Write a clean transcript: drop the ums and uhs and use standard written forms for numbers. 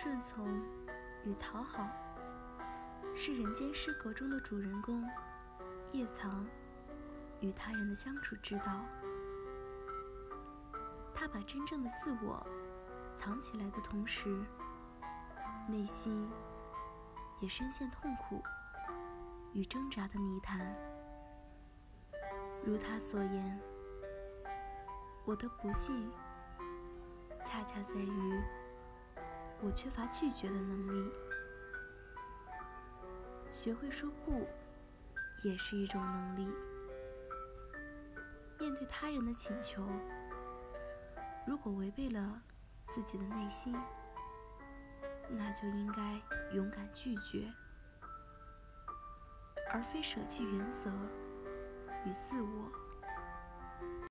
顺从与讨好，是人间失格中的主人公叶藏与他人的相处之道。他把真正的自我藏起来的同时，内心也深陷痛苦与挣扎的泥潭。如他所言，我的不幸恰恰在于我缺乏拒绝的能力。学会说不也是一种能力。面对他人的请求，如果违背了自己的内心，那就应该勇敢拒绝，而非舍弃原则与自我。